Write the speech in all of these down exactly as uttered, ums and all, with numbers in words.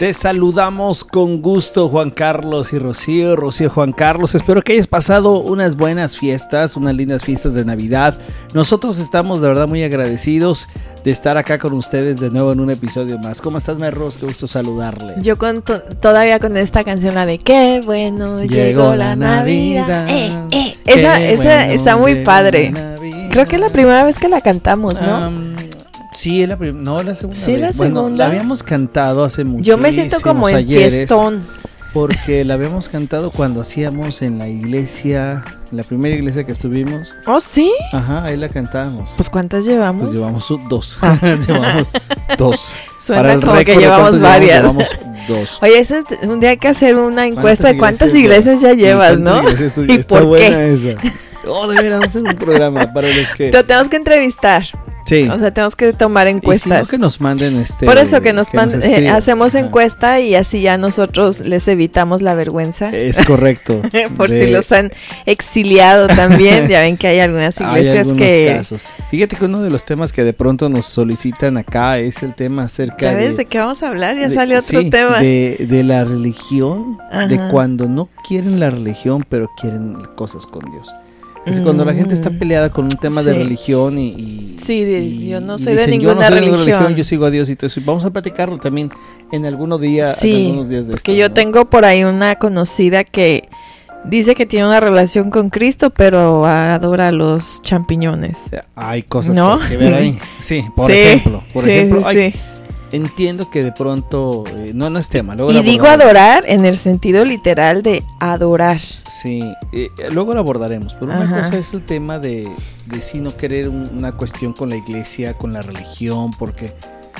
Te saludamos con gusto, Juan Carlos y Rocío, Rocío, Juan Carlos. Espero que hayas pasado unas buenas fiestas, unas lindas fiestas de Navidad. Nosotros estamos de verdad muy agradecidos de estar acá con ustedes de nuevo en un episodio más. ¿Cómo estás, Merros? Qué gusto saludarle. Yo con to- todavía con esta canción, la de qué bueno llegó, llegó la Navidad. Navidad. Eh, eh. Esa, esa bueno está muy padre. Creo que es la primera vez que la cantamos, ¿no? Um, Sí, es la primera, no, la segunda Sí, vez. la segunda. Bueno, la habíamos cantado hace muchísimos Yo me siento como en ayeres, fiestón. Porque la habíamos cantado cuando hacíamos en la iglesia, en la primera iglesia que estuvimos. ¿Oh, sí? Ajá, ahí la cantábamos. Pues ¿cuántas llevamos? Pues llevamos dos. Ah. llevamos dos. Suena Para el como que llevamos varias. Llevamos, llevamos dos. Oye, ese, un día hay que hacer una encuesta de cuántas iglesias ya llevas, ¿no? Iglesias, ¿Y está por buena qué? Esa. Oh, deberíamos hacer un programa para los que... Pero tenemos que entrevistar. Sí. O sea, tenemos que tomar encuestas. Y si no, que nos manden este. Por eso que nos, que nos eh, hacemos Ajá. encuesta y así ya nosotros les evitamos la vergüenza. Es correcto. Por de... si los han exiliado también. Ya ven que hay algunas iglesias hay algunos que. Casos. Fíjate que uno de los temas que de pronto nos solicitan acá es el tema acerca ¿Ya ves de, de qué vamos a hablar? Ya de, salió otro sí, tema. De, de la religión, Ajá. de cuando no quieren la religión, pero quieren cosas con Dios. Es mm. cuando la gente está peleada con un tema sí. de religión y, y sí, de, y, yo no soy dicen, de ninguna yo no soy religión. de religión, yo sigo a Dios y todo eso. Y vamos a platicarlo también en algunos días, sí, en algunos días de porque esto, yo ¿no? tengo por ahí una conocida que dice que tiene una relación con Cristo, pero adora los champiñones. Hay cosas ¿no? que, que ver ahí. Sí, por sí, ejemplo, por sí, ejemplo, sí, hay, sí. entiendo que de pronto eh, no no es tema. Luego y digo adorar en el sentido literal de adorar. Sí, eh, luego lo abordaremos. Pero una Ajá. cosa es el tema de, de si no querer un, una cuestión con la iglesia, con la religión, porque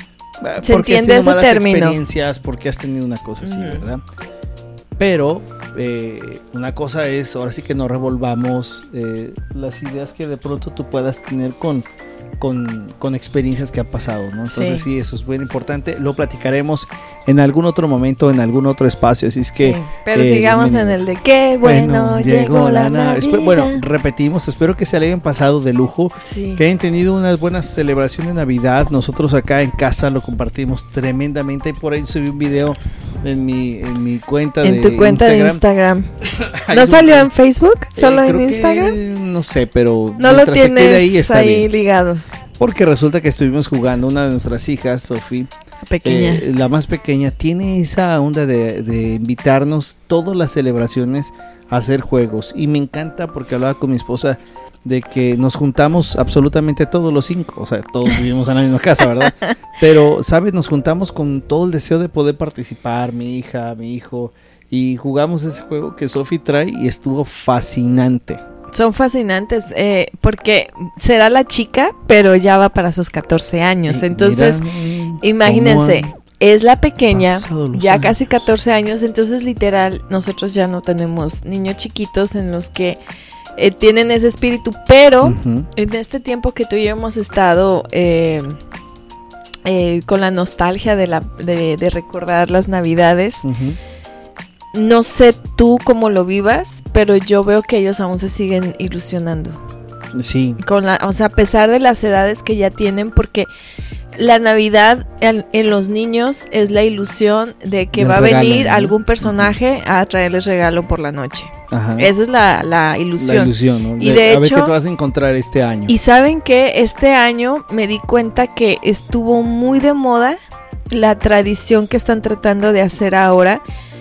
se porque entiende has tenido ese malas término. experiencias, porque has tenido una cosa así, uh-huh. ¿verdad? Pero eh, una cosa es, ahora sí que no revolvamos eh, las ideas que de pronto tú puedas tener con Con, con experiencias que han pasado, ¿no? Entonces sí. sí, eso es muy importante. Lo platicaremos en algún otro momento, en algún otro espacio. Así es que. Sí, pero eh, sigamos en el de qué bueno, bueno llegó la Navidad. Navidad. Bueno, repetimos. Espero que se le hayan pasado de lujo. Sí. Que hayan tenido unas buenas celebraciones de Navidad. Nosotros acá en casa lo compartimos tremendamente. Y por ahí subí un video en mi, en mi cuenta en de tu cuenta Instagram. de Instagram. ¿No salió en Facebook? ¿Solo eh, en Instagram? Que, no sé, pero. No lo tienes de ahí, está ahí bien. ligado. Porque resulta que estuvimos jugando, una de nuestras hijas, Sofía, pequeña. Eh, la más pequeña, tiene esa onda de, de invitarnos todas las celebraciones a hacer juegos. Y me encanta porque hablaba con mi esposa de que nos juntamos absolutamente todos los cinco. O sea, todos vivimos en la misma casa, ¿verdad? Pero, ¿sabes? Nos juntamos con todo el deseo de poder participar, mi hija, mi hijo. Y jugamos ese juego que Sofía trae y estuvo fascinante. Son fascinantes eh, porque será la chica, pero ya va para sus catorce años. Entonces, mira, imagínense, es la pequeña, ya años. Casi catorce años. Entonces, literal, nosotros ya no tenemos niños chiquitos en los que eh, tienen ese espíritu. Pero uh-huh. en este tiempo que tú y yo hemos estado eh, eh, con la nostalgia de, la, de, de recordar las Navidades, uh-huh. no sé tú cómo lo vivas, pero yo veo que ellos aún se siguen ilusionando. Sí. Con la, o sea, a pesar de las edades que ya tienen, porque la Navidad en, en los niños es la ilusión de que Del va regalo, a venir ¿no? algún personaje uh-huh. a traerles regalo por la noche. Ajá. Esa es la, la ilusión. La ilusión, ¿no? Y de, de a hecho, ver qué te vas a encontrar este año. Y saben que este año me di cuenta que estuvo muy de moda la tradición que están tratando de hacer ahora.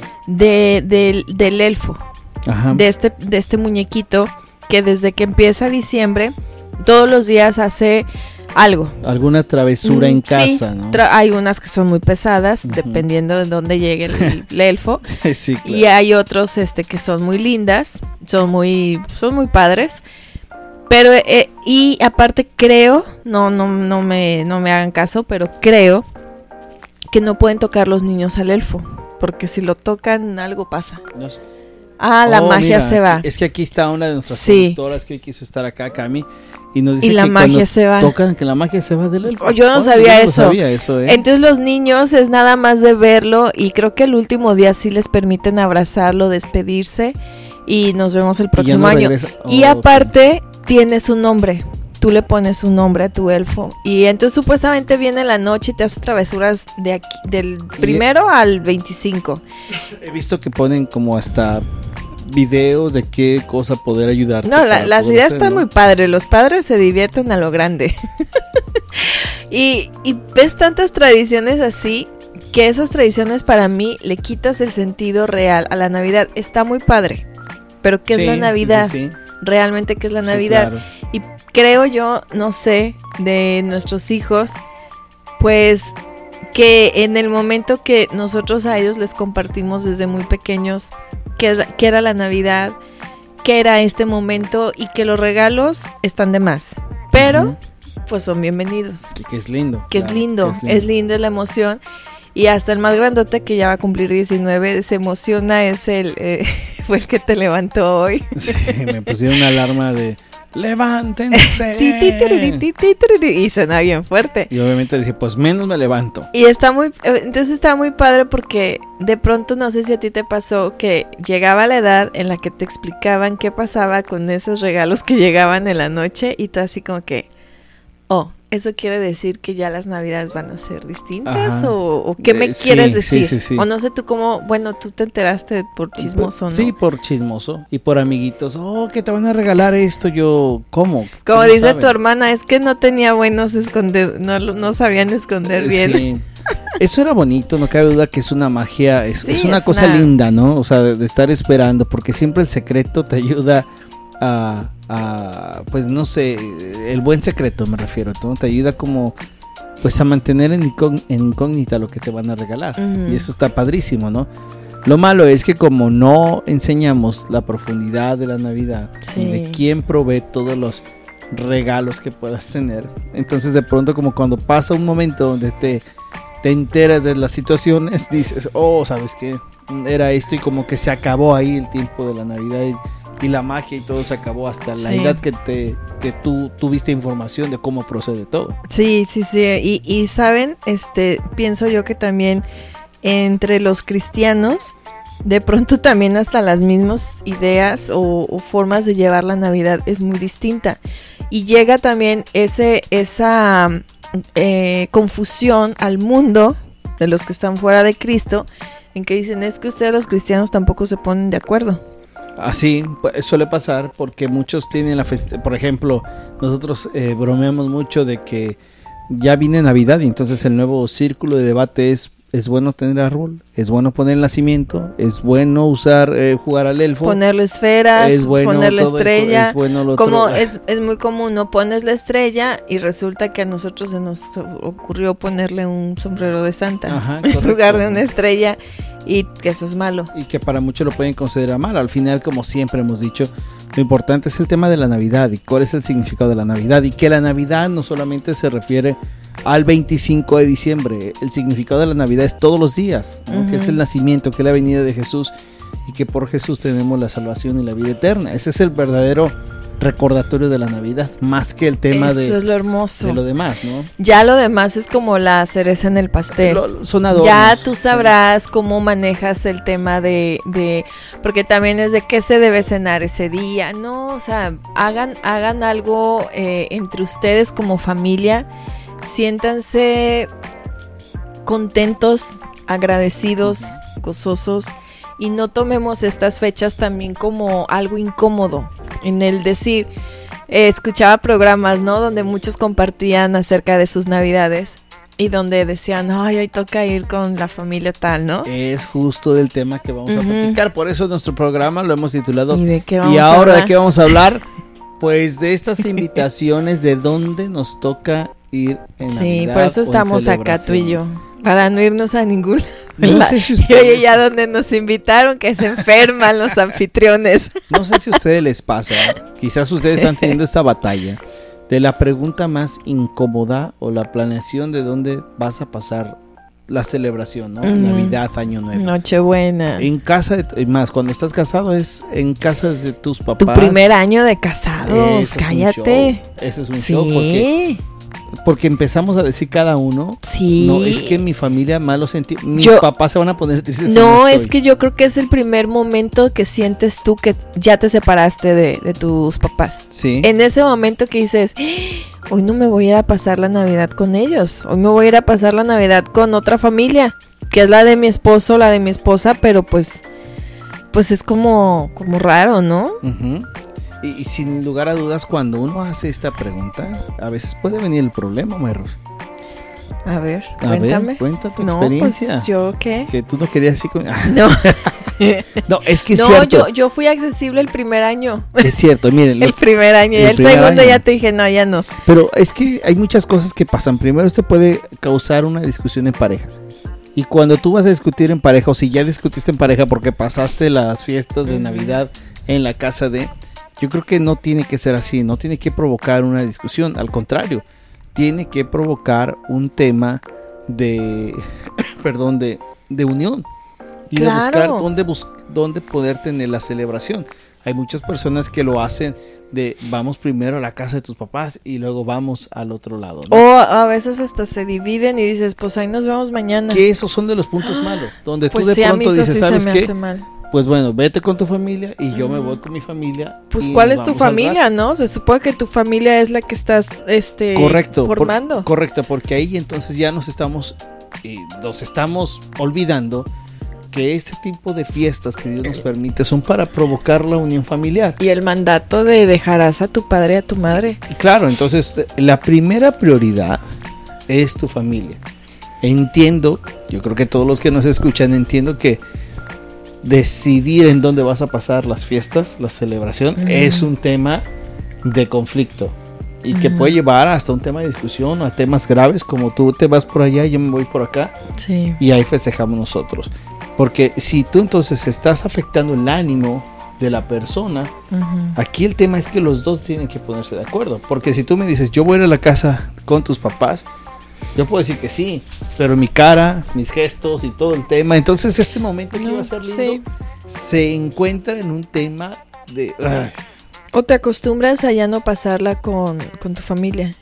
De, de, del elfo, Ajá. de este de este muñequito que desde que empieza diciembre todos los días hace algo, alguna travesura mm, en casa, sí, ¿no? Tra- hay unas que son muy pesadas, uh-huh. dependiendo de dónde llegue el, el elfo, sí, claro. Y hay otros este que son muy lindas, son muy son muy padres, pero eh, y aparte creo, no no no me no me hagan caso, pero creo que no pueden tocar los niños al elfo. Porque si lo tocan, algo pasa. No sé. Ah, la oh, magia mira, se va. Es que aquí está una de nuestras sí. productoras que quiso estar acá, Cami, y nos dice y la que magia cuando se va. tocan, que la magia se va del elfo. Oh, yo no oh, sabía yo eso. No sabía eso ¿eh? Entonces los niños es nada más de verlo y creo que el último día sí les permiten abrazarlo, despedirse y nos vemos el próximo y año. Oh, y aparte okay. tiene su nombre. tú le pones un nombre a tu elfo. Y entonces supuestamente viene la noche y te hace travesuras de aquí, del primero y... al veinticinco. He visto que ponen como hasta videos de qué cosa poder ayudarte. No, la, las ideas están muy padres. Los padres se divierten a lo grande. y, y ves tantas tradiciones así, que esas tradiciones para mí le quitas el sentido real a la Navidad. Está muy padre, pero ¿qué sí, es la Navidad? Sí, sí. Realmente, ¿qué es la Navidad? Sí, claro. Y creo yo, no sé, de nuestros hijos, pues que en el momento que nosotros a ellos les compartimos desde muy pequeños qué que era la Navidad, qué era este momento, y que los regalos están de más, pero uh-huh. pues son bienvenidos. Que, que es lindo. Que, claro, es lindo, que es lindo, es lindo la emoción. Y hasta el más grandote, que ya va a cumplir diecinueve, se emociona, es el eh, fue el que te levantó hoy. Sí, me pusieron una alarma de ¡levántense! Y suena bien fuerte. Y obviamente dije, pues menos me levanto. Y está muy, entonces está muy padre, porque de pronto, no sé si a ti te pasó, que llegaba la edad en la que te explicaban qué pasaba con esos regalos que llegaban en la noche, y tú así como que, oh, ¿eso quiere decir que ya las Navidades van a ser distintas? ¿O, o qué me eh, quieres sí, decir? Sí, sí, sí. O no sé tú cómo, bueno, tú te enteraste por chismoso, ¿no? Sí, por chismoso y por amiguitos. Oh, que te van a regalar esto. Yo, ¿cómo? Como dice saben? Tu hermana, es que no tenía buenos esconder, no, no sabían esconder bien. Sí. Eso era bonito, no cabe duda que es una magia, es, sí, es una es cosa una... linda, ¿no? O sea, de, de estar esperando, porque siempre el secreto te ayuda a... a, pues no sé, el buen secreto me refiero, ¿no? Te ayuda como pues a mantener en, incógn- en incógnita lo que te van a regalar, uh-huh. y eso está padrísimo, ¿no? Lo malo es que como no enseñamos la profundidad de la Navidad, sí. de quién provee todos los regalos que puedas tener, entonces de pronto, como cuando pasa un momento donde te, te enteras de las situaciones, dices, oh, ¿sabes qué? Era esto, y como que se acabó ahí el tiempo de la Navidad y y la magia y todo se acabó hasta la sí. edad que te que tú tuviste información de cómo procede todo. Sí, sí, sí, y, y saben, este, pienso yo que también entre los cristianos, de pronto también hasta las mismas ideas o, o formas de llevar la Navidad es muy distinta, y llega también ese esa eh, confusión al mundo de los que están fuera de Cristo, en que dicen, es que ustedes los cristianos tampoco se ponen de acuerdo. Así suele pasar, porque muchos tienen la feste- por ejemplo, nosotros eh, bromeamos mucho de que ya viene Navidad, y entonces el nuevo círculo de debate es, es bueno tener árbol, es bueno poner el nacimiento, es bueno usar, eh, jugar al elfo, ponerle esferas, es bueno ponerle todo estrella, el, es bueno lo como otro. es, es muy común, ¿no? Pones la estrella y resulta que a nosotros se nos ocurrió ponerle un sombrero de Santa. Ajá, en lugar de una estrella, y que eso es malo. Y que para muchos lo pueden considerar mal. Al final, como siempre hemos dicho, lo importante es el tema de la Navidad y cuál es el significado de la Navidad, y que la Navidad no solamente se refiere al veinticinco de diciembre, el significado de la Navidad es todos los días, ¿no? Uh-huh. Que es el nacimiento, que es la venida de Jesús, y que por Jesús tenemos la salvación y la vida eterna. Ese es el verdadero recordatorio de la Navidad, más que el tema de, eso es lo hermoso. De lo demás, ¿no? Ya lo demás es como la cereza en el pastel. Lo, son adornos. Ya tú sabrás cómo manejas el tema de, de, porque también es de qué se debe cenar ese día, no, o sea, hagan, hagan algo eh, entre ustedes como familia, siéntanse contentos, agradecidos, uh-huh. gozosos, y no tomemos estas fechas también como algo incómodo, en el decir, eh, escuchaba programas, ¿no? Donde muchos compartían acerca de sus Navidades y donde decían, ay, hoy toca ir con la familia tal, ¿no? Es justo del tema que vamos uh-huh. a platicar, por eso nuestro programa lo hemos titulado ¿Y de qué vamos ¿Y ahora a de qué vamos a hablar? Pues de estas invitaciones de dónde nos toca ir en sí, Navidad. Sí, por eso estamos acá tú y yo, para no irnos a ningún lado. No sé si ustedes... Y oye, ya donde nos invitaron, que se enferman los anfitriones. No sé si a ustedes les pasa, quizás ustedes están teniendo esta batalla de la pregunta más incómoda o la planeación de dónde vas a pasar la celebración, ¿no? Mm. Navidad, Año Nuevo. Nochebuena. En casa, de, más cuando estás casado es en casa de tus papás. Tu primer año de casados, eso cállate. Es Eso es un sí. show porque porque empezamos a decir cada uno, sí. no, es que mi familia malo sentí, mis yo, papás se van a poner tristes. No, si no es que yo creo que es el primer momento que sientes tú que ya te separaste de, de tus papás. Sí. En ese momento que dices, hoy no me voy a ir a pasar la Navidad con ellos, hoy me voy a ir a pasar la Navidad con otra familia, que es la de mi esposo, la de mi esposa, pero pues, pues es como, como raro, ¿no? Uh-huh. Y, y sin lugar a dudas, cuando uno hace esta pregunta, a veces puede venir el problema, Merros. A ver, a cuéntame. Ver, cuenta tu no, experiencia. Pues, ¿yo qué? Que tú no querías así con... No. No, es que es no, cierto. yo, yo fui accesible el primer año. Es cierto, miren. el lo, primer año, y el, el segundo año. Ya te dije, no, ya no. Pero es que hay muchas cosas que pasan. Primero, esto puede causar una discusión en pareja. Y cuando tú vas a discutir en pareja, o si ya discutiste en pareja porque pasaste las fiestas de Navidad en la casa de... Yo creo que no tiene que ser así, no tiene que provocar una discusión, al contrario, tiene que provocar un tema de, perdón, de, de unión y claro. de buscar dónde, bus- dónde poder tener la celebración. Hay muchas personas que lo hacen de vamos primero a la casa de tus papás y luego vamos al otro lado, ¿no? O a veces hasta se dividen y dices, pues ahí nos vemos mañana. Que esos son de los puntos malos, donde pues tú de sí, pronto a mí dices, sí ¿sabes se me qué? Hace mal. Pues bueno, vete con tu familia y yo mm. me voy con mi familia. Pues ¿cuál es tu familia, no? Se supone que tu familia es la que estás este, correcto, formando. Por, correcto, porque ahí entonces ya nos estamos, eh, nos estamos olvidando que este tipo de fiestas que Dios nos permite son para provocar la unión familiar. Y el mandato de dejarás a tu padre y a tu madre. Claro, entonces la primera prioridad es tu familia. Entiendo, yo creo que todos los que nos escuchan entiendo que decidir en dónde vas a pasar las fiestas, la celebración, uh-huh. es un tema de conflicto y uh-huh. que puede llevar hasta un tema de discusión o a temas graves como tú te vas por allá y yo me voy por acá sí. y ahí festejamos nosotros. Porque si tú entonces estás afectando el ánimo de la persona, uh-huh. aquí el tema es que los dos tienen que ponerse de acuerdo. Porque si tú me dices, yo voy a ir a la casa con tus papás, yo puedo decir que sí, pero mi cara, mis gestos y todo el tema, entonces este momento que no, iba a ser lindo, sí. se encuentra en un tema de... Ay. O te acostumbras a ya no pasarla con, con tu familia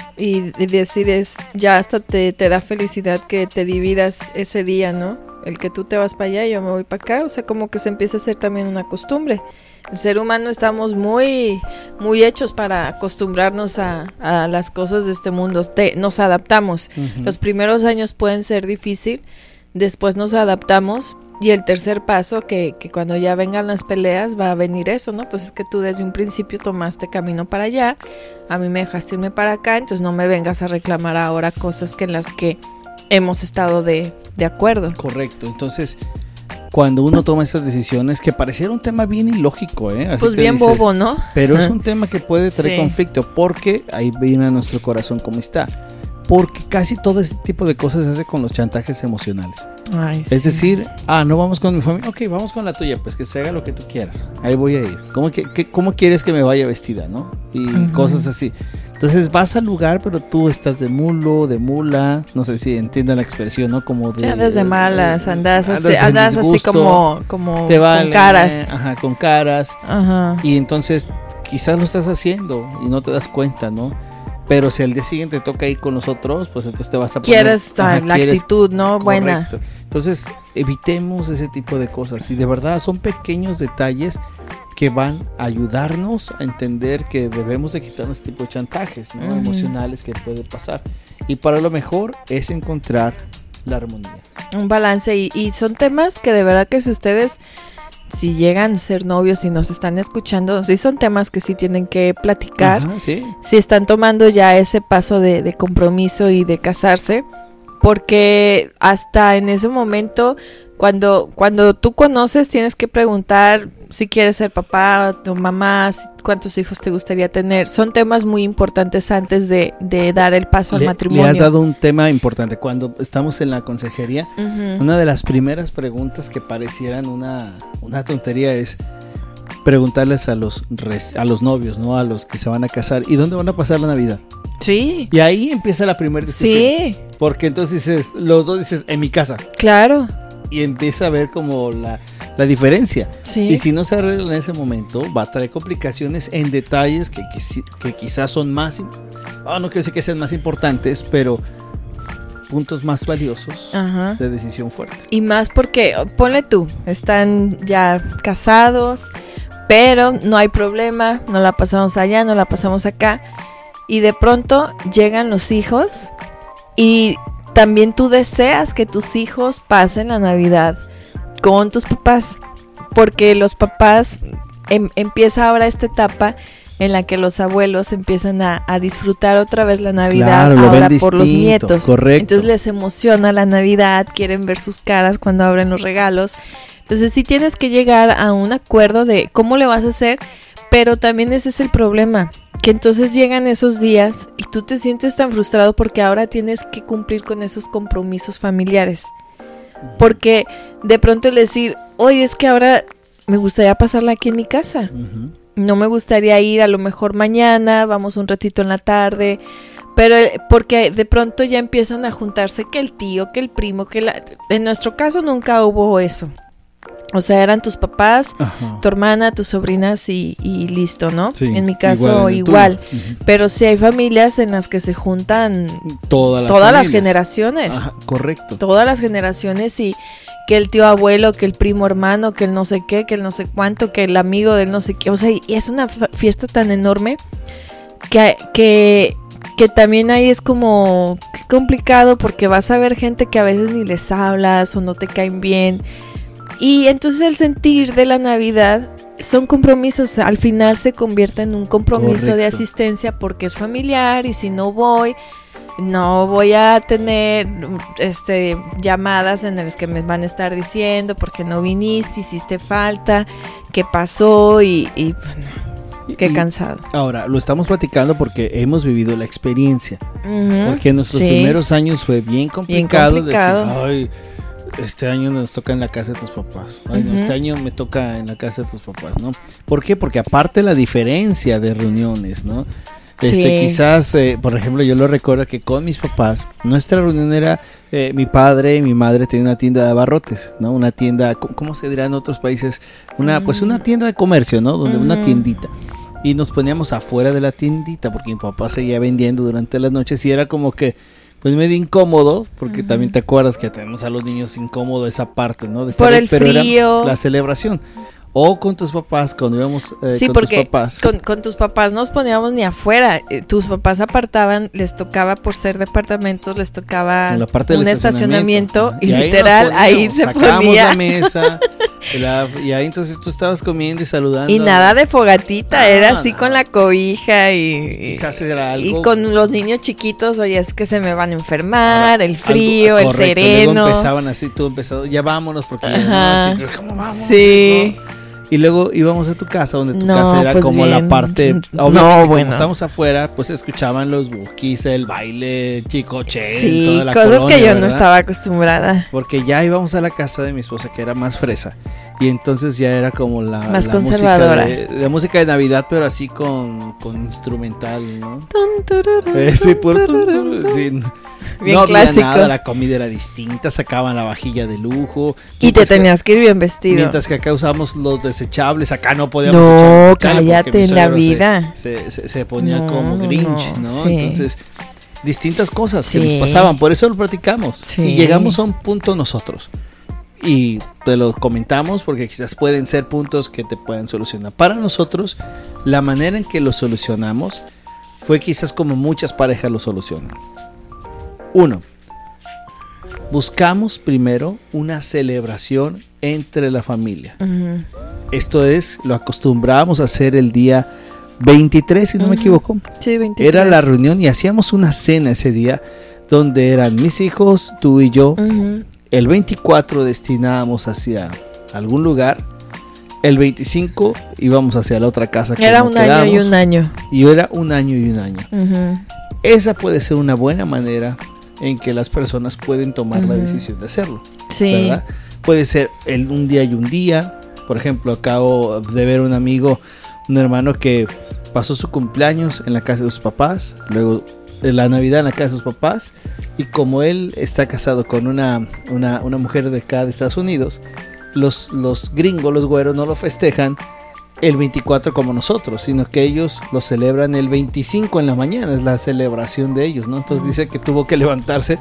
y, y decides, ya hasta te, te da felicidad que te dividas ese día, ¿no? El que tú te vas para allá y yo me voy para acá, o sea, como que se empieza a hacer también una costumbre. El ser humano estamos muy, muy hechos para acostumbrarnos a, a las cosas de este mundo. Te, nos adaptamos. Uh-huh. Los primeros años pueden ser difícil, después nos adaptamos y el tercer paso, que, que cuando ya vengan las peleas va a venir eso, ¿no? Pues es que tú desde un principio tomaste camino para allá, a mí me dejaste irme para acá, entonces no me vengas a reclamar ahora cosas que en las que hemos estado de, de acuerdo. Correcto, entonces... Cuando uno toma esas decisiones, que pareciera un tema bien ilógico, ¿eh? Así pues que bien dices, bobo, ¿no? Pero es un tema que puede traer sí. conflicto, porque ahí viene a nuestro corazón como está. Porque casi todo ese tipo de cosas se hace con los chantajes emocionales. Ay, es sí. decir, ah, no vamos con mi familia, ok, vamos con la tuya, pues que se haga lo que tú quieras. Ahí voy a ir. ¿Cómo, que, que, cómo quieres que me vaya vestida, no? Y uh-huh. cosas así. Entonces vas al lugar, pero tú estás de mulo, de mula, no sé si entiendan la expresión, ¿no? Como de... Sí, andas de malas, andas, andas, así, andas así como, como te vale, con caras. Ajá, con caras. Ajá. Y entonces quizás lo estás haciendo y no te das cuenta, ¿no? Pero si al día siguiente toca ir con nosotros, pues entonces te vas a poner... Quieres ajá, la quieres, actitud, ¿no? Buena. Correcto. Entonces evitemos ese tipo de cosas y de verdad son pequeños detalles que van a ayudarnos a entender que debemos de quitarnos este tipo de chantajes, ¿no? Uh-huh. emocionales que puede pasar. Y para lo mejor es encontrar la armonía. Un balance y, y son temas que de verdad que si ustedes, si llegan a ser novios y nos están escuchando, sí son temas que sí tienen que platicar. Ajá, sí. Si están tomando ya ese paso de, de compromiso y de casarse, porque hasta en ese momento... Cuando, cuando tú conoces tienes que preguntar si quieres ser papá o mamá, cuántos hijos te gustaría tener. Son temas muy importantes antes de, de dar el paso al le, matrimonio. Le has dado un tema importante. Cuando estamos en la consejería, uh-huh. una de las primeras preguntas que parecieran una, una tontería es preguntarles a los, res, a los novios, ¿no? A los que se van a casar, ¿y dónde van a pasar la Navidad? Sí. Y ahí empieza la primera discusión. Sí. Porque entonces dices, los dos dices, en mi casa. Claro. Y empieza a ver como la, la diferencia. Sí. Y si no se arregla en ese momento, va a traer complicaciones en detalles que, que, que quizás son más, oh, no quiero decir que sean más importantes, pero puntos más valiosos. Ajá. De decisión fuerte. Y más porque, ponle tú, están ya casados, pero no hay problema, no la pasamos allá, no la pasamos acá, y de pronto llegan los hijos y también tú deseas que tus hijos pasen la Navidad con tus papás, porque los papás em, empieza ahora esta etapa en la que los abuelos empiezan a, a disfrutar otra vez la Navidad, claro, ahora por los nietos. Correcto. Entonces les emociona la Navidad, quieren ver sus caras cuando abren los regalos. Entonces sí tienes que llegar a un acuerdo de cómo le vas a hacer, pero también ese es el problema, que entonces llegan esos días y tú te sientes tan frustrado porque ahora tienes que cumplir con esos compromisos familiares. Porque de pronto el decir, oye, es que ahora me gustaría pasarla aquí en mi casa. Uh-huh. No me gustaría ir a lo mejor mañana, vamos un ratito en la tarde, pero porque de pronto ya empiezan a juntarse que el tío, que el primo, que la... En nuestro caso nunca hubo eso. O sea, eran tus papás, ajá, tu hermana, tus sobrinas y, y listo, ¿no? Sí, en mi caso igual. igual. Uh-huh. Pero sí hay familias en las que se juntan todas las, todas las generaciones. Ajá, correcto. Todas las generaciones y que el tío abuelo, que el primo hermano, que el no sé qué, que el no sé cuánto, que el amigo del no sé qué. O sea, y es una fiesta tan enorme que, que, que también ahí es como complicado porque vas a ver gente que a veces ni les hablas o no te caen bien. Y entonces el sentir de la Navidad son compromisos, al final se convierte en un compromiso, correcto, de asistencia porque es familiar y si no voy, no voy a tener este llamadas en las que me van a estar diciendo porque no viniste, hiciste falta, qué pasó y, y bueno, qué y, cansado. Ahora, lo estamos platicando porque hemos vivido la experiencia, uh-huh, porque en nuestros sí. primeros años fue bien complicado, bien complicado. Decir, ay, este año nos toca en la casa de tus papás. Ay, uh-huh. no, este año me toca en la casa de tus papás, ¿no? ¿Por qué? Porque aparte la diferencia de reuniones, ¿no? Este, sí. Quizás, eh, por ejemplo, yo lo recuerdo que con mis papás, nuestra reunión era, eh, mi padre y mi madre tenían una tienda de abarrotes, ¿no? Una tienda, ¿cómo se dirá en otros países? Una, uh-huh. pues una tienda de comercio, ¿no? Donde uh-huh. una tiendita. Y nos poníamos afuera de la tiendita porque mi papá seguía vendiendo durante las noches y era como que pues medio incómodo, porque uh-huh. también te acuerdas que tenemos a los niños incómodo esa parte, ¿no? De estar, por el pero frío. Era la celebración. O con tus papás, cuando íbamos eh, sí, con porque tus papás. Con, con tus papás nos poníamos ni afuera. Eh, tus papás apartaban, les tocaba, por ser departamentos, les tocaba la parte un estacionamiento. estacionamiento y, y literal ahí, poníamos, ahí se sacamos ponía. la mesa. La, y ahí entonces tú estabas comiendo y saludando. Y nada de fogatita, ah, era así nada. Con la cobija y, quizás era algo. Y con los niños chiquitos, oye, es que se me van a enfermar, ahora, el frío, algo, el correcto, sereno. Luego empezaban así, tú empezabas, ya vámonos porque ya Ajá. es noche. ¿Cómo vamos? Sí. ¿No? Y luego íbamos a tu casa, donde tu no, casa era pues como bien. La parte... No, bueno. Como estamos afuera, pues escuchaban los bookies, el baile, chicoche, sí, toda la cosas colonia, que yo ¿verdad? No estaba acostumbrada. Porque ya íbamos a la casa de mi esposa, que era más fresa. Y entonces ya era como la... Más la conservadora. Música de, la música de Navidad, pero así con, con instrumental, ¿no? Tun, tururu, eh, sí, por, sí. Bien no clásico. Había nada, la comida era distinta, sacaban la vajilla de lujo. Y te tenías que ir bien vestido. Mientras que acá usamos los desechables, acá no podíamos no, echar cállate en la vida. Se, se, se ponía no, como Grinch, ¿no? ¿no? Sí. Entonces, distintas cosas sí. que nos pasaban, por eso lo platicamos. Sí. Y llegamos a un punto nosotros. Y te lo comentamos porque quizás pueden ser puntos que te pueden solucionar. Para nosotros, la manera en que lo solucionamos fue quizás como muchas parejas lo solucionan. Uno, buscamos primero una celebración entre la familia. Uh-huh. Esto es, lo acostumbrábamos a hacer el día veintitrés, si no uh-huh. me equivoco. Sí, veintitrés. Era la reunión y hacíamos una cena ese día donde eran mis hijos, tú y yo. Uh-huh. El veinticuatro destinábamos hacia algún lugar. El veinticinco íbamos hacia la otra casa. Que era un año y un año. Y era un año y un año. Uh-huh. Esa puede ser una buena manera en que las personas pueden tomar uh-huh. la decisión de hacerlo. Sí. ¿Verdad? Puede ser el, un día y un día. Por ejemplo, acabo de ver un amigo, un hermano que pasó su cumpleaños en la casa de sus papás, luego la Navidad en la casa de sus papás, y como él está casado con una, una, una mujer de acá de Estados Unidos, los, los gringos, los güeros no lo festejan, el veinticuatro como nosotros, sino que ellos lo celebran el veinticinco en la mañana, es la celebración de ellos, ¿no? Entonces dice que tuvo que levantarse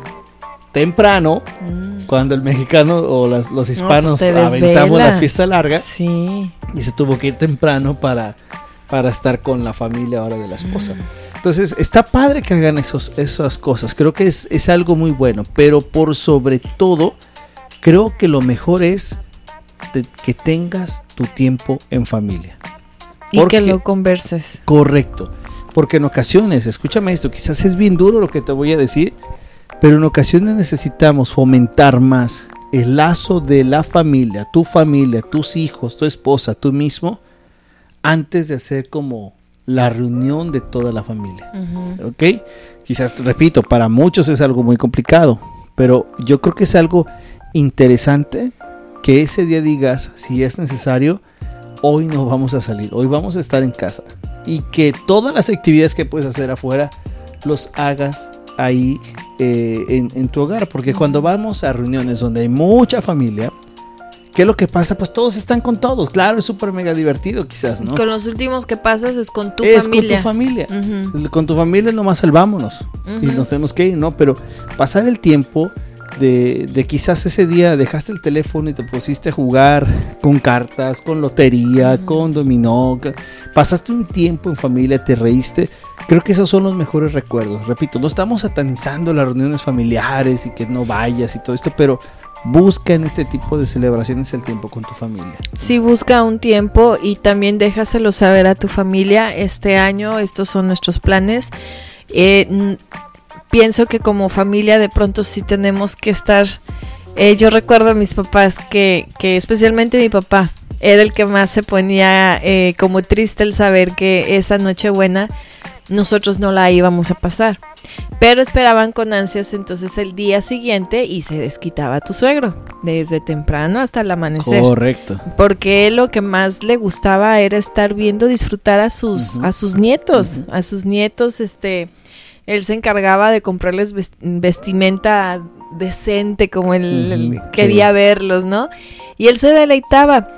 temprano, mm. cuando el mexicano o las, los hispanos no, pues aventamos la fiesta larga, sí. y se tuvo que ir temprano para, para estar con la familia ahora de la esposa. Mm. Entonces está padre que hagan esos, esas cosas, creo que es, es algo muy bueno, pero por sobre todo, creo que lo mejor es de, que tengas tu tiempo en familia. Y porque, que lo converses. Correcto, porque en ocasiones, escúchame esto, quizás es bien duro lo que te voy a decir, pero en ocasiones necesitamos fomentar más el lazo de la familia, tu familia, tus hijos, tu esposa, tú mismo, antes de hacer como la reunión de toda la familia. Uh-huh. ¿Ok? Quizás, repito, para muchos es algo muy complicado, pero yo creo que es algo interesante que ese día digas, si es necesario, hoy no vamos a salir, hoy vamos a estar en casa, y que todas las actividades que puedes hacer afuera los hagas ahí eh, en, en tu hogar, porque cuando vamos a reuniones donde hay mucha familia, ¿qué es lo que pasa? Pues todos están con todos, claro, es súper mega divertido quizás, ¿no? Con los últimos que pasas es con tu es familia. Es con tu familia, uh-huh. con tu familia nomás salvámonos, uh-huh. y nos tenemos que ir, ¿no? Pero pasar el tiempo de, de quizás ese día dejaste el teléfono y te pusiste a jugar con cartas, con lotería, uh-huh. con dominó, pasaste un tiempo en familia, te reíste. Creo que esos son los mejores recuerdos. Repito, no estamos satanizando las reuniones familiares y que no vayas y todo esto, pero busca en este tipo de celebraciones el tiempo con tu familia. Sí, busca un tiempo y también déjaselo saber a tu familia. Este año estos son nuestros planes. Eh, n- pienso que como familia de pronto sí tenemos que estar... Eh, yo recuerdo a mis papás que, que especialmente mi papá era el que más se ponía eh, como triste el saber que esa Nochebuena nosotros no la íbamos a pasar, pero esperaban con ansias entonces el día siguiente y se desquitaba tu suegro desde temprano hasta el amanecer. Correcto. Porque lo que más le gustaba era estar viendo disfrutar a sus uh-huh. a sus nietos, uh-huh. a sus nietos, este, él se encargaba de comprarles vestimenta decente como él, uh-huh. él quería sí. verlos, ¿no? Y él se deleitaba,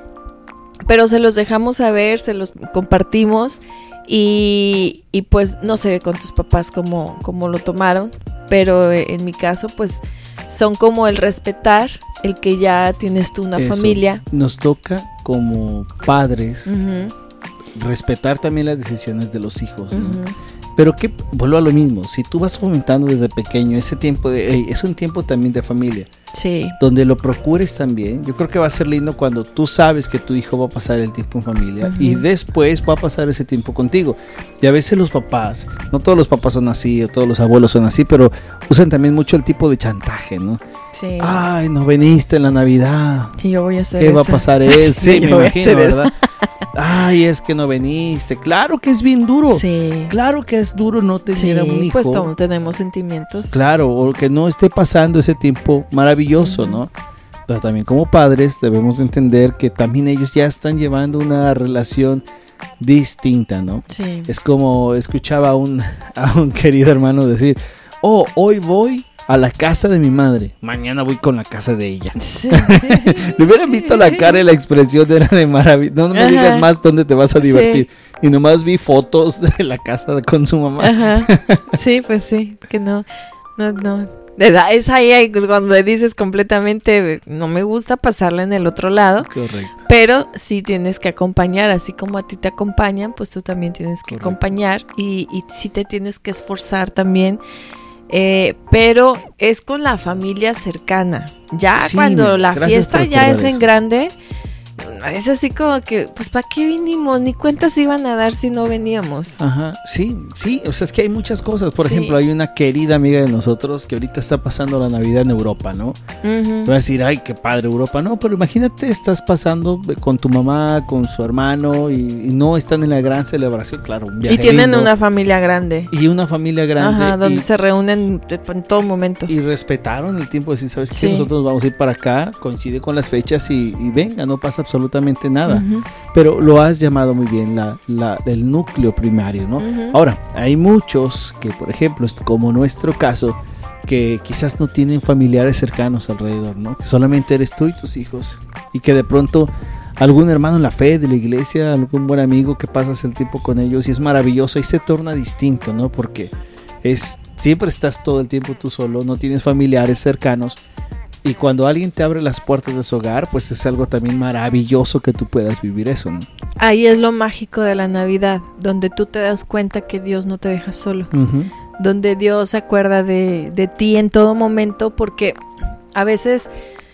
pero se los dejamos saber, se los compartimos. Y, y pues no sé con tus papás cómo, cómo lo tomaron, pero en mi caso pues son como el respetar el que ya tienes tú una Eso. familia. Nos toca como padres uh-huh. respetar también las decisiones de los hijos, ¿no? Uh-huh. Pero que vuelvo a lo mismo, si tú vas fomentando desde pequeño ese tiempo de, hey, es un tiempo también de familia. Sí. Donde lo procures también. Yo creo que va a ser lindo cuando tú sabes que tu hijo va a pasar el tiempo en familia uh-huh. y después va a pasar ese tiempo contigo. Y a veces los papás, no todos los papás son así o todos los abuelos son así, pero usan también mucho el tipo de chantaje, ¿no? Sí. Ay, no viniste en la Navidad. Sí, yo voy a hacer ¿Qué esa. va a pasar él? Sí, sí me imagino, ¿verdad? Ay, es que no viniste. Claro que es bien duro. Sí. Claro que es duro no tener sí, a un hijo. Pues aún tenemos sentimientos. Claro, o que no esté pasando ese tiempo maravilloso, uh-huh. ¿no? Pero también como padres debemos entender que también ellos ya están llevando una relación distinta, ¿no? Sí. Es como escuchaba a un, a un querido hermano decir, oh, hoy voy a la casa de mi madre, mañana voy con la casa de ella. Sí. Le hubieran visto la cara y la expresión era de maravilla. No, no me Ajá. digas más dónde te vas a divertir. Sí. Y nomás vi fotos de la casa con su mamá. Ajá. Sí, pues sí, que no, no, no. Es ahí cuando dices completamente, no me gusta pasarla en el otro lado. Correcto. Pero sí tienes que acompañar, así como a ti te acompañan, pues tú también tienes que Correcto. acompañar y, y sí te tienes que esforzar también. Eh, pero es con la familia cercana. Ya sí, cuando la fiesta ya es en eso. grande, es así como que, pues ¿para qué vinimos? Ni cuentas iban a dar si no veníamos. Ajá, sí, sí, o sea, es que hay muchas cosas. Por sí. ejemplo, hay una querida amiga de nosotros que ahorita está pasando la Navidad en Europa, ¿no? Uh-huh. Te va a decir, ay, qué padre Europa. No, pero imagínate, estás pasando con tu mamá, con su hermano y, y no están en la gran celebración, claro, un viaje y tienen lindo, una familia grande. Y una familia grande. Ajá, donde y, se reúnen en todo momento. Y respetaron el tiempo de decir, ¿sabes sí. qué? Nosotros vamos a ir para acá, coincide con las fechas y, y venga, no pasa absolutamente nada. Uh-huh. Pero lo has llamado muy bien, la, la, el núcleo primario, ¿no? Uh-huh. Ahora, hay muchos que, por ejemplo, como nuestro caso, que quizás no tienen familiares cercanos alrededor, ¿no? Que solamente eres tú y tus hijos y que de pronto algún hermano en la fe de la iglesia, algún buen amigo que pasas el tiempo con ellos y es maravilloso y se torna distinto, ¿no? Porque es siempre estás todo el tiempo tú solo, no tienes familiares cercanos y cuando alguien te abre las puertas de su hogar, pues es algo también maravilloso que tú puedas vivir eso, ¿no? Ahí es lo mágico de la Navidad, donde tú te das cuenta que Dios no te deja solo, uh-huh. donde Dios se acuerda de, de ti en todo momento, porque a veces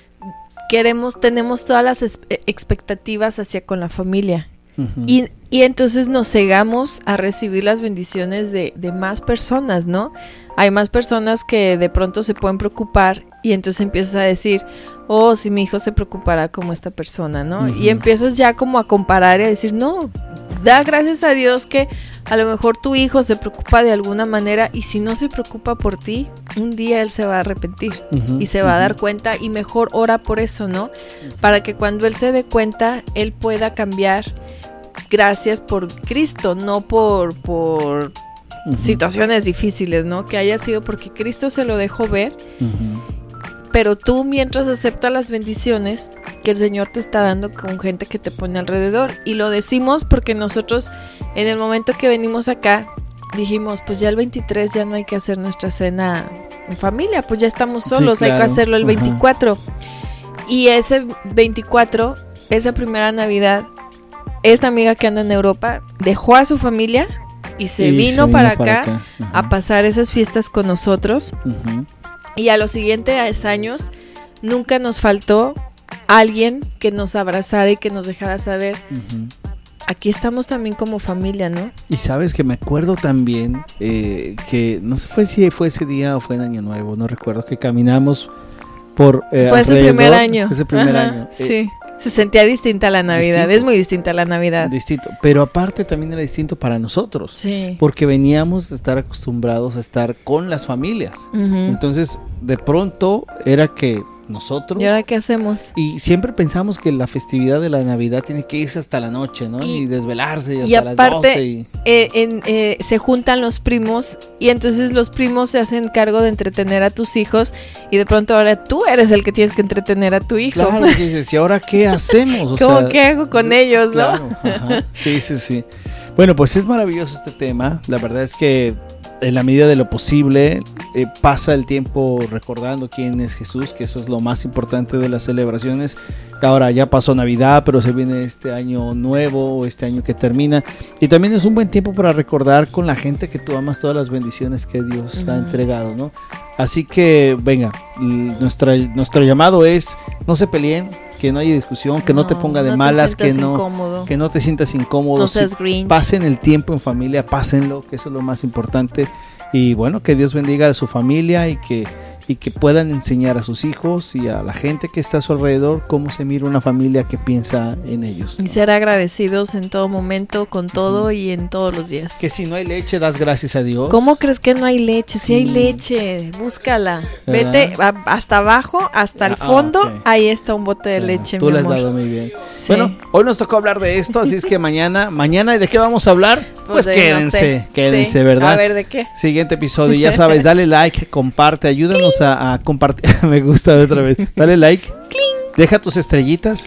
queremos, tenemos todas las es- expectativas hacia con la familia. Uh-huh. Y, y entonces nos cegamos a recibir las bendiciones de, de más personas, ¿no? Hay más personas que de pronto se pueden preocupar y entonces empiezas a decir, oh, si mi hijo se preocupará como esta persona, ¿no? Uh-huh. Y empiezas ya como a comparar y a decir, no, da gracias a Dios que a lo mejor tu hijo se preocupa de alguna manera y si no se preocupa por ti, un día él se va a arrepentir uh-huh, y se va uh-huh. a dar cuenta y mejor ora por eso, ¿no? Uh-huh. Para que cuando él se dé cuenta, él pueda cambiar gracias por Cristo, no por, por uh-huh. situaciones difíciles, ¿no? Que haya sido porque Cristo se lo dejó ver, uh-huh. pero tú mientras aceptas las bendiciones que el Señor te está dando con gente que te pone alrededor. Y lo decimos porque nosotros en el momento que venimos acá dijimos, pues ya el veintitrés ya no hay que hacer nuestra cena en familia, pues ya estamos solos, sí, claro. Hay que hacerlo el veinticuatro. Ajá. Y ese veinticuatro, esa primera Navidad, esta amiga que anda en Europa dejó a su familia y se, y vino, se vino para, para acá, acá. A pasar esas fiestas con nosotros. Uh-huh. Y a los siguientes años nunca nos faltó alguien que nos abrazara y que nos dejara saber, uh-huh. aquí estamos también como familia, ¿no? Y sabes que me acuerdo también eh, que no sé fue si fue ese día o fue en Año Nuevo, no recuerdo, que caminamos por eh, fue ese primer año. Ese primer Ajá, año. Sí. Eh, Se sentía distinta la Navidad, distinto. Es muy distinta la Navidad. Distinto, pero aparte también era distinto para nosotros, sí. porque veníamos de estar acostumbrados a estar con las familias, uh-huh. entonces de pronto era que nosotros... ¿Y ahora qué hacemos? Y siempre pensamos que la festividad de la Navidad tiene que irse hasta la noche, ¿no? Y, y desvelarse y hasta y aparte, las doce. Y... Eh, en, eh, se juntan los primos y entonces los primos se hacen cargo de entretener a tus hijos y de pronto ahora tú eres el que tienes que entretener a tu hijo. Claro, y dices, ¿y ahora qué hacemos? O ¿Cómo sea, qué hago con ellos, claro, no? Ajá. Sí, sí, sí. Bueno, pues es maravilloso este tema. La verdad es que en la medida de lo posible eh, pasa el tiempo recordando quién es Jesús, que eso es lo más importante de las celebraciones. Ahora ya pasó Navidad, pero se viene este año nuevo, este año que termina, y también es un buen tiempo para recordar con la gente que tú amas todas las bendiciones que Dios uh-huh. ha entregado, ¿no? Así que venga, nuestra, nuestro llamado es no se peleen, que no haya discusión, que no, no te ponga de no malas, que no, incómodo. que no te sientas incómodo. No seas Grinch. Pasen el tiempo en familia, pásenlo, que eso es lo más importante. Y bueno, que Dios bendiga a su familia y que, y que puedan enseñar a sus hijos y a la gente que está a su alrededor cómo se mira una familia que piensa en ellos, ¿no? Y ser agradecidos en todo momento, con todo y en todos los días. Que si no hay leche, das gracias a Dios. ¿Cómo crees que no hay leche? Si sí hay leche, búscala. ¿verdad? Vete a, hasta abajo, hasta el fondo, ah, okay. Ahí está un bote de ah, leche, tú mi le has amor. dado muy bien. Sí. Bueno, hoy nos tocó hablar de esto, así es que mañana, mañana, ¿de qué vamos a hablar? Pues, pues quédense, no sé. quédense, sí. ¿verdad? A ver, ¿de qué? Siguiente episodio, ya sabes, dale like, comparte, ayúdanos a, a compartir. Me gusta otra vez. Dale like. ¡Cling! Deja tus estrellitas.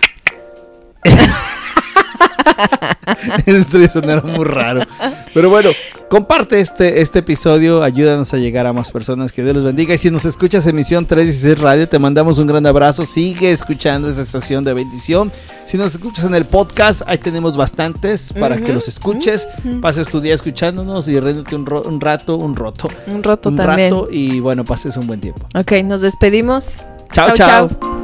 Esto sonaron muy raro. Pero bueno, comparte este, este episodio. Ayúdanos a llegar a más personas. Que Dios los bendiga. Y si nos escuchas en Misión trescientos dieciséis Radio, te mandamos un gran abrazo. Sigue escuchando esta estación de bendición. Si nos escuchas en el podcast, ahí tenemos bastantes para uh-huh, que los escuches. Uh-huh. Pases tu día escuchándonos y réndete un, ro- un rato, un roto. Un roto un también. rato y bueno, pases un buen tiempo. Ok, nos despedimos. Chao, chao. chao.